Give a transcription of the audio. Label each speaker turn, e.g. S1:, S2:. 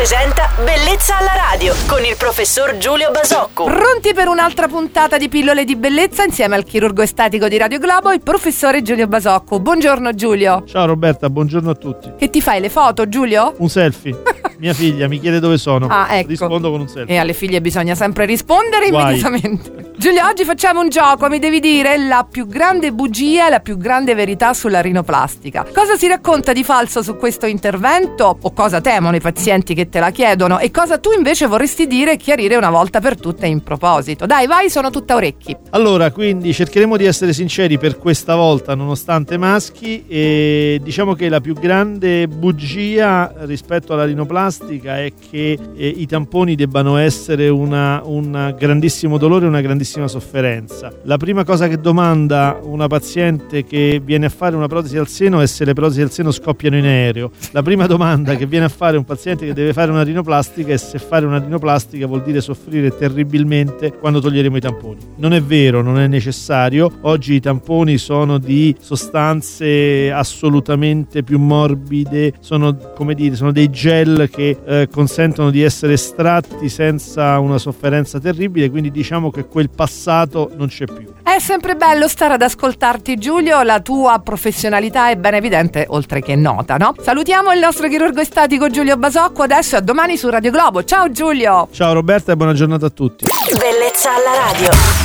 S1: presenta Bellezza alla radio con il professor Giulio Basocco.
S2: Pronti per un'altra puntata di Pillole di Bellezza insieme al chirurgo estetico di Radio Globo, il professore Giulio Basocco. Buongiorno Giulio.
S3: Ciao Roberta, buongiorno a tutti.
S2: Che ti fai, le foto, Giulio?
S3: Un selfie. Mia figlia mi chiede dove sono.
S2: Ecco.
S3: Rispondo con un selfie.
S2: E alle figlie bisogna sempre rispondere immediatamente. Giulio, oggi facciamo un gioco, mi devi dire la più grande bugia e la più grande verità sulla rinoplastica. Cosa si racconta di falso su questo intervento? O cosa temono i pazienti che te la chiedono? E cosa tu invece vorresti dire e chiarire una volta per tutte in proposito? Dai, vai, sono tutta orecchi.
S3: Allora, quindi cercheremo di essere sinceri per questa volta, nonostante maschi, e diciamo che la più grande bugia rispetto alla rinoplastica è che i tamponi debbano essere un grandissimo dolore e una grandissima sofferenza. La prima cosa che domanda una paziente che viene a fare una protesi al seno è se le protesi al seno scoppiano in aereo. La prima domanda che viene a fare un paziente che deve fare una rinoplastica è se fare una rinoplastica vuol dire soffrire terribilmente quando toglieremo i tamponi. Non è vero, non è necessario. Oggi i tamponi sono di sostanze assolutamente più morbide, sono dei gel che consentono di essere estratti senza una sofferenza terribile, quindi diciamo che quel passato non c'è più.
S2: È sempre bello stare ad ascoltarti, Giulio, la tua professionalità è ben evidente, oltre che nota, no? Salutiamo il nostro chirurgo estetico Giulio Basocco adesso e a domani su Radio Globo. Ciao Giulio!
S3: Ciao Roberta e buona giornata a tutti.
S1: Bellezza alla radio.